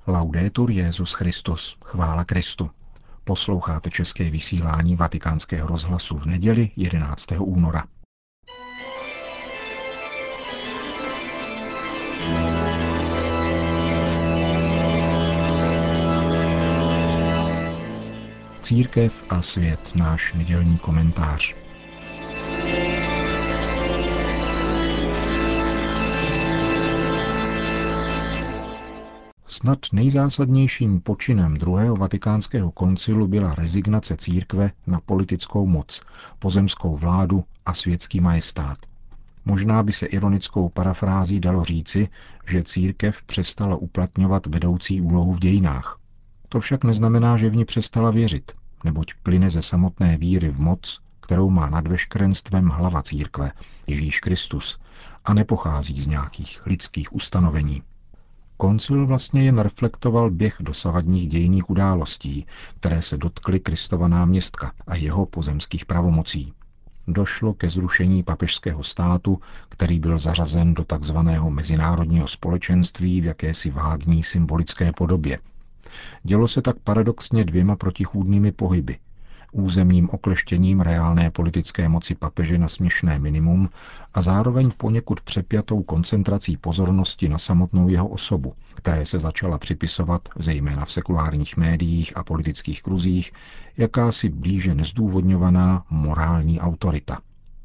Laudetur Jesus Christus, chvála Kristu. Posloucháte české vysílání Vatikánského rozhlasu v neděli 11. února. Církev a svět, náš nedělní komentář. Snad nejzásadnějším počinem druhého vatikánského koncilu byla rezignace církve na politickou moc, pozemskou vládu a světský majestát. Možná by se ironickou parafrází dalo říci, že církev přestala uplatňovat vedoucí úlohu v dějinách. To však neznamená, že v ní přestala věřit, neboť plyne ze samotné víry v moc, kterou má nad veškerenstvem hlava církve, Ježíš Kristus, a nepochází z nějakých lidských ustanovení. Koncil vlastně jen reflektoval běh dosavadních dějinných událostí, které se dotkly Kristova náměstka a jeho pozemských pravomocí. Došlo ke zrušení papežského státu, který byl zařazen do takzvaného mezinárodního společenství v jakési vágní symbolické podobě. Dělo se tak paradoxně dvěma protichůdnými pohyby. Územním okleštěním reálné politické moci papeže na směšné minimum a zároveň poněkud přepjatou koncentrací pozornosti na samotnou jeho osobu, které se začala připisovat, zejména v sekulárních médiích a politických kruzích, jakási blíže nezdůvodňovaná morální autorita.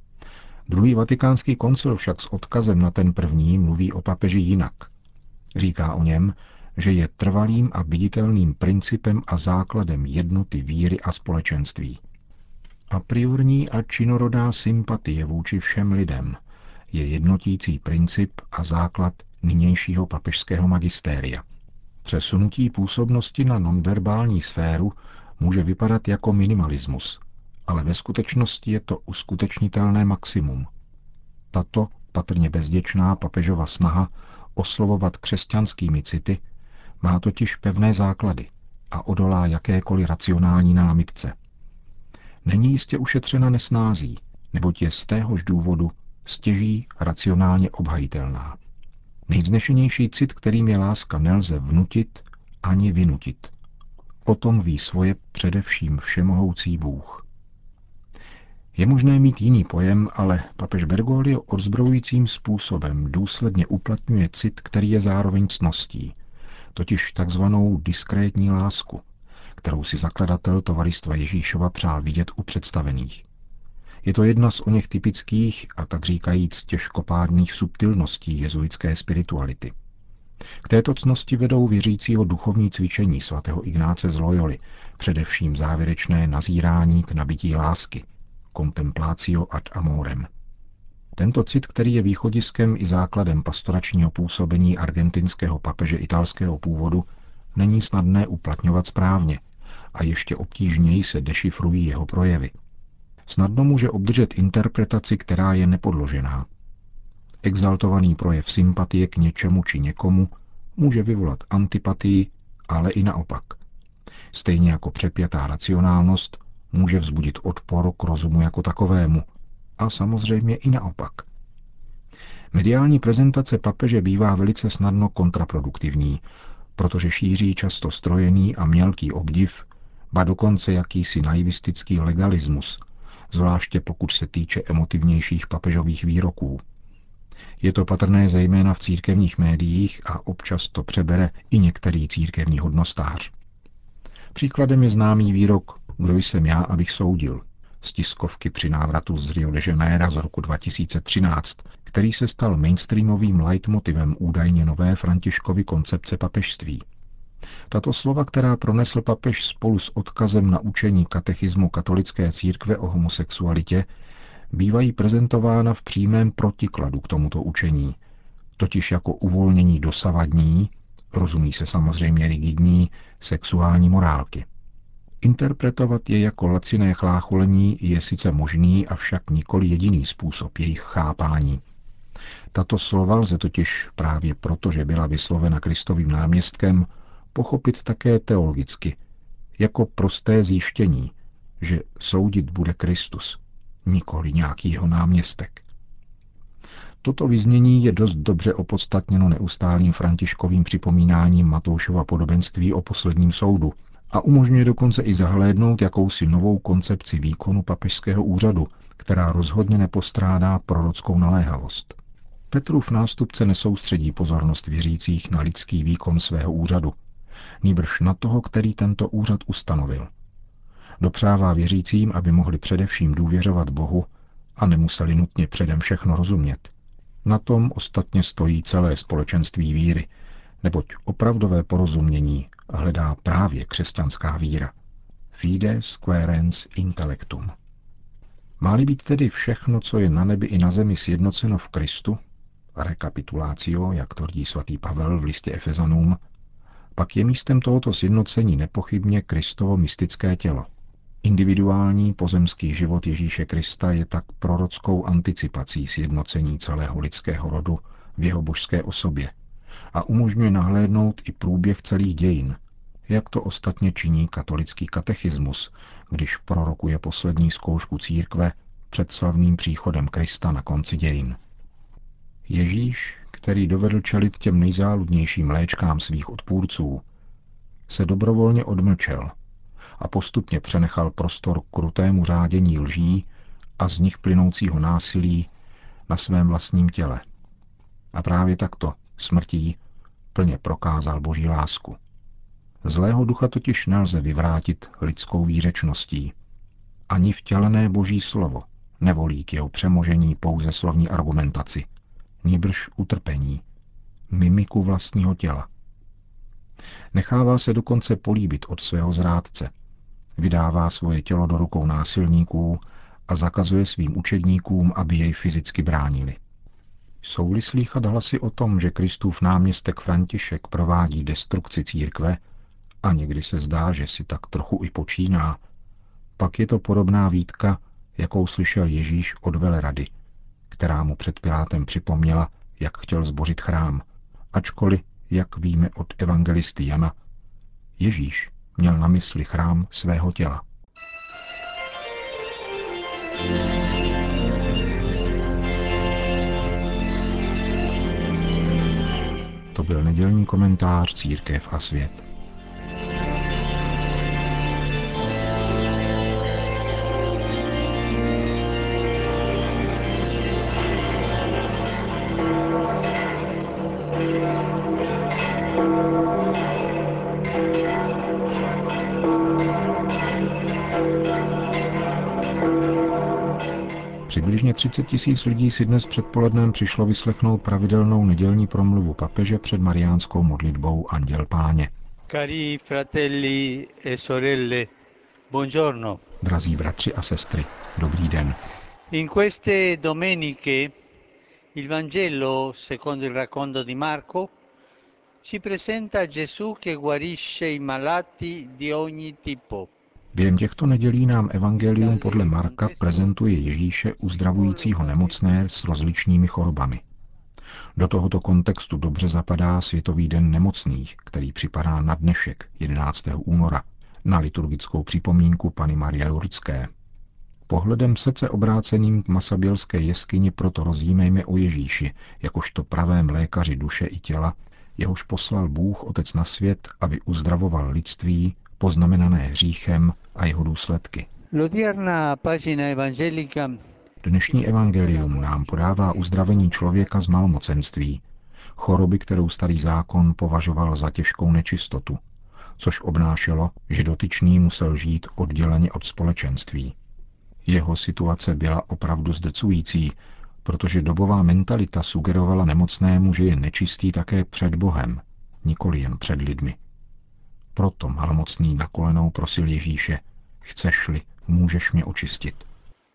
Druhý vatikánský koncil však s odkazem na ten první mluví o papeži jinak. Říká o něm, že je trvalým a viditelným principem a základem jednoty víry a společenství. A priorní a činorodá sympatie vůči všem lidem je jednotící princip a základ nynějšího papežského magistéria. Přesunutí působnosti na nonverbální sféru může vypadat jako minimalismus, ale ve skutečnosti je to uskutečnitelné maximum. Tato patrně bezděčná papežova snaha oslovovat křesťanskými city má totiž pevné základy a odolá jakékoliv racionální námitce. Není jistě ušetřena nesnází, neboť je z téhož důvodu stěží racionálně obhajitelná. Nejvznešenější cit, kterým je láska, nelze vnutit ani vynutit. O tom ví svoje především všemohoucí Bůh. Je možné mít jiný pojem, ale papež Bergoglio odzbrojujícím způsobem důsledně uplatňuje cit, který je zároveň ctností, totiž takzvanou diskrétní lásku, kterou si zakladatel Tovaristva Ježíšova přál vidět u představených. Je to jedna z oněch typických a tak říkajíc těžkopádných subtilností jezuitské spirituality. K této ctnosti vedou věřícího duchovní cvičení svatého Ignáce z Loyoly, především závěrečné nazírání k nabití lásky, contemplatio ad amorem. Tento cit, který je východiskem i základem pastoračního působení argentinského papeže italského původu, není snadné uplatňovat správně a ještě obtížněji se dešifrují jeho projevy. Snadno může obdržet interpretaci, která je nepodložená. Exaltovaný projev sympatie k něčemu či někomu může vyvolat antipatii, ale i naopak. Stejně jako přepjatá racionálnost může vzbudit odpor k rozumu jako takovému, a samozřejmě i naopak. Mediální prezentace papeže bývá velice snadno kontraproduktivní, protože šíří často strojený a mělký obdiv, ba dokonce jakýsi naivistický legalismus, zvláště pokud se týče emotivnějších papežových výroků. Je to patrné zejména v církevních médiích a občas to přebere i některý církevní hodnostář. Příkladem je známý výrok "Kdo jsem já, abych soudil?" z tiskovky při návratu z Rio de Janeira z roku 2013, který se stal mainstreamovým leitmotivem údajně nové Františkovy koncepce papežství. Tato slova, která pronesl papež spolu s odkazem na učení katechismu katolické církve o homosexualitě, bývají prezentována v přímém protikladu k tomuto učení, totiž jako uvolnění dosavadní, rozumí se samozřejmě rigidní, sexuální morálky. Interpretovat je jako laciné chlácholení je sice možný, avšak nikoli jediný způsob jejich chápání. Tato slova lze totiž právě proto, že byla vyslovena Kristovým náměstkem, pochopit také teologicky, jako prosté zjištění, že soudit bude Kristus, nikoli nějaký jeho náměstek. Toto vyznění je dost dobře opodstatněno neustálým Františkovým připomínáním Matoušova podobenství o posledním soudu a umožňuje dokonce i zahlédnout jakousi novou koncepci výkonu papežského úřadu, která rozhodně nepostrádá prorockou naléhavost. Petrův nástupce nesoustředí pozornost věřících na lidský výkon svého úřadu, nýbrž na toho, který tento úřad ustanovil. Dopřává věřícím, aby mohli především důvěřovat Bohu a nemuseli nutně předem všechno rozumět. Na tom ostatně stojí celé společenství víry, neboť opravdové porozumění hledá právě křesťanská víra. Fides quaerens intellectum. Má-li být tedy všechno, co je na nebi i na zemi, sjednoceno v Kristu, rekapitulácio, jak tvrdí svatý Pavel v listě Efezanům, pak je místem tohoto sjednocení nepochybně Kristovo mystické tělo. Individuální pozemský život Ježíše Krista je tak prorockou anticipací sjednocení celého lidského rodu v jeho božské osobě a umožňuje nahlédnout i průběh celých dějin, jak to ostatně činí katolický katechismus, když prorokuje poslední zkoušku církve před slavným příchodem Krista na konci dějin. Ježíš, který dovedl čelit těm nejzáludnějším léčkám svých odpůrců, se dobrovolně odmlčel a postupně přenechal prostor krutému řádění lží a z nich plynoucího násilí na svém vlastním těle. A právě takto, smrtí, plně prokázal Boží lásku. Zlého ducha totiž nelze vyvrátit lidskou výřečností. Ani vtělené Boží slovo nevolí k jeho přemožení pouze slovní argumentaci, nýbrž utrpení, mimiku vlastního těla. Nechává se dokonce políbit od svého zrádce, vydává svoje tělo do rukou násilníků a zakazuje svým učedníkům, aby jej fyzicky bránili. Jsou-li slýchat hlasy o tom, že Kristův náměstek František provádí destrukci církve, a někdy se zdá, že si tak trochu i počíná, pak je to podobná výtka, jakou slyšel Ježíš od velerady, která mu před Pilátem připomněla, jak chtěl zbořit chrám, ačkoliv, jak víme od evangelisty Jana, Ježíš měl na mysli chrám svého těla. To byl nedělní komentář Církev a svět. Přibližně 30 000 lidí si dnes předpolednem přišlo vyslechnout pravidelnou nedělní promluvu papeže před mariánskou modlitbou Anděl Páně. Cari fratelli e sorelle, buongiorno. Drazí bratři a sestry, dobrý den. In queste domeniche il Vangelo, secondo il racconto di Marco, ci presenta Gesù che guarisce i malati di ogni tipo. Během těchto nedělí nám evangelium podle Marka prezentuje Ježíše uzdravujícího nemocné s rozličnými chorobami. Do tohoto kontextu dobře zapadá Světový den nemocných, který připadá na dnešek, 11. února, na liturgickou připomínku Panny Marie Lurdské. Pohledem srdce obráceným k Masabělské jeskyni proto rozjímejme o Ježíši, jakožto pravém lékaři duše i těla, jehož poslal Bůh Otec na svět, aby uzdravoval lidství, poznamenané hříchem a jeho důsledky. Dnešní evangelium nám podává uzdravení člověka z malomocenství, choroby, kterou starý zákon považoval za těžkou nečistotu, což obnášelo, že dotyčný musel žít odděleně od společenství. Jeho situace byla opravdu zdrcující, protože dobová mentalita sugerovala nemocnému, že je nečistý také před Bohem, nikoli jen před lidmi. Proto malomocný na kolenou prosil Ježíše, chceš-li, můžeš mě očistit.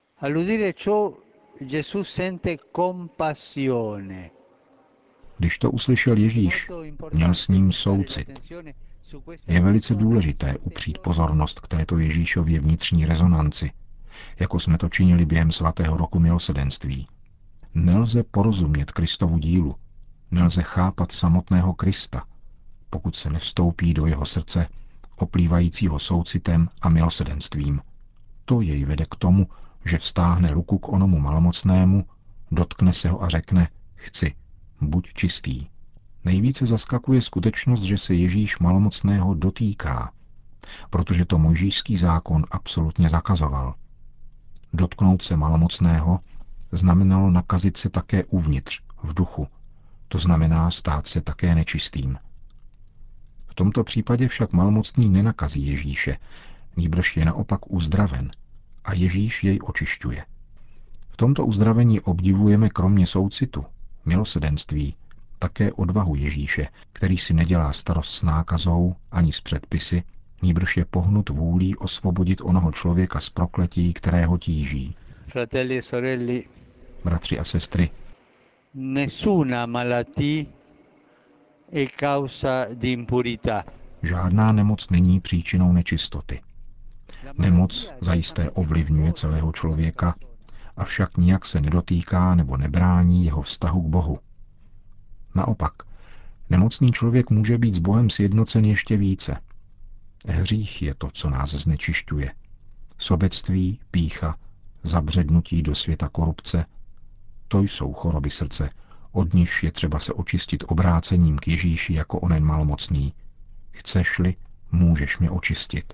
Když to uslyšel Ježíš, měl s ním soucit. Je velice důležité upřít pozornost k této Ježíšově vnitřní rezonanci, jako jsme to činili během svatého roku milosedenství. Nelze porozumět Kristovu dílu, nelze chápat samotného Krista, pokud se nevstoupí do jeho srdce, oplývajícího soucitem a milosedenstvím. To jej vede k tomu, že vztáhne ruku k onomu malomocnému, dotkne se ho a řekne, Chci, buď čistý. Nejvíce zaskakuje skutečnost, že se Ježíš malomocného dotýká, protože to mojžíšský zákon absolutně zakazoval. Dotknout se malomocného znamenalo nakazit se také uvnitř, v duchu. To znamená stát se také nečistým. V tomto případě však malomocný nenakazí Ježíše, nýbrž je naopak uzdraven a Ježíš jej očišťuje. V tomto uzdravení obdivujeme kromě soucitu, milosrdenství, také odvahu Ježíše, který si nedělá starost s nákazou ani s předpisy, nýbrž je pohnut vůlí osvobodit onoho člověka z prokletí, které ho tíží. Fratelli e sorelle, Bratři a sestry, nessuna malattia è causa di impurità. žádná nemoc není příčinou nečistoty. Nemoc zajisté ovlivňuje celého člověka, avšak nijak se nedotýká nebo nebrání jeho vztahu k Bohu. Naopak, nemocný člověk může být s Bohem sjednocen ještě více. Hřích je to, co nás znečišťuje. Sobectví, pýcha, zabřednutí do světa korupce, to jsou choroby srdce, od nichž je třeba se očistit obrácením k Ježíši jako onen malomocný. Chceš-li, můžeš mě očistit.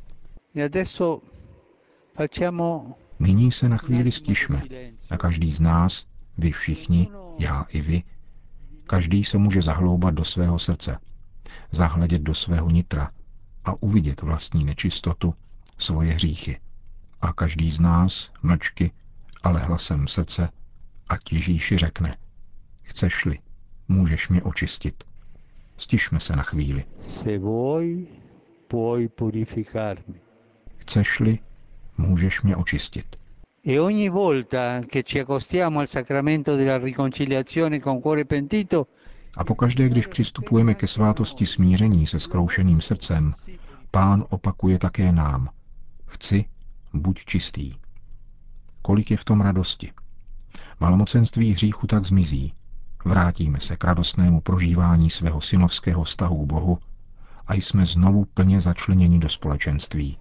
Nyní se na chvíli stišme a každý z nás, vy všichni, já i vy, každý se může zahloubat do svého srdce, zahledět do svého nitra a uvidět vlastní nečistotu, svoje hříchy. A každý z nás, mlčky, ale hlasem srdce, ať Ježíši řekne: Chceš-li, můžeš mě očistit. Stišme se na chvíli. Se vuoi, puoi purificarmi. Chceš-li, můžeš mě očistit. E ogni volta che ci accostiamo al sacramento della riconciliazione con cuore pentito, a pokaždé, když přistupujeme ke svátosti smíření se zkroušeným srdcem, Pán opakuje také nám: Chci, buď čistý. Kolik je v tom radosti. Malomocenství hříchu tak zmizí. Vrátíme se k radostnému prožívání svého synovského vztahu k Bohu a jsme znovu plně začleněni do společenství.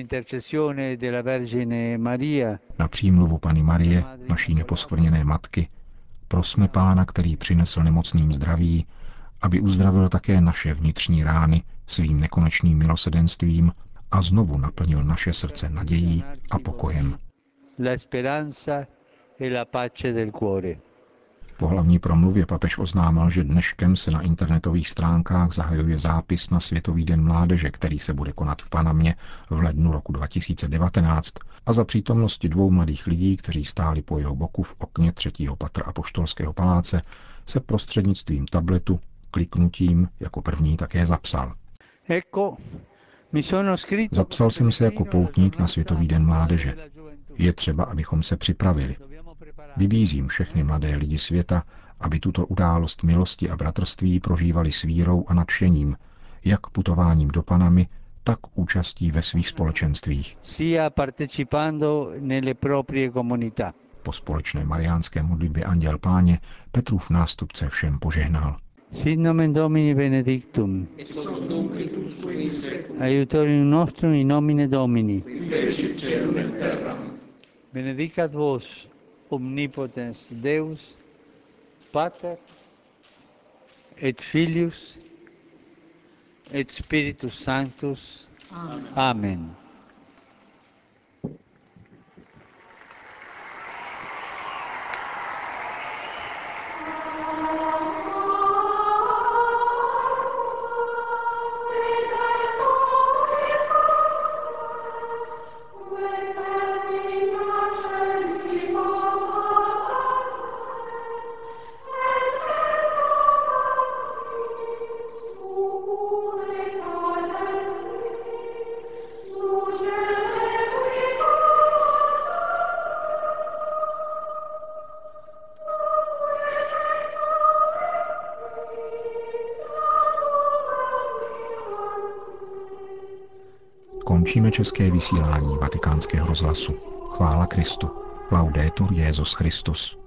Na přímluvu Panny Marie, naší neposkvrněné matky, prosme Pána, který přinesl nemocným zdraví, aby uzdravil také naše vnitřní rány svým nekonečným milosrdenstvím a znovu naplnil naše srdce nadějí a pokojem. Po hlavní promluvě papež oznámil, že dneškem se na internetových stránkách zahajuje zápis na Světový den mládeže, který se bude konat v Panamě v lednu roku 2019 a za přítomnosti 2 mladých lidí, kteří stáli po jeho boku v okně 3. patra Apoštolského paláce, se prostřednictvím tabletu kliknutím jako první také zapsal. Zapsal jsem se jako poutník na Světový den mládeže. Je třeba, abychom se připravili. Vybízím všechny mladé lidi světa, aby tuto událost milosti a bratrství prožívali s vírou a nadšením, jak putováním do Panamy, tak účastí ve svých společenstvích. Po společné mariánské modlitbě Anděl Páně Petrův nástupce všem požehnal. Sit nomen Domini benedictum. Aiutorium nostrum in nomine Domini. Benedicat vos omnipotens Deus, Pater et Filius et Spiritus Sanctus. Amen. Končíme české vysílání Vatikánského rozhlasu. Chvála Kristu. Laudetur Jesus Christus.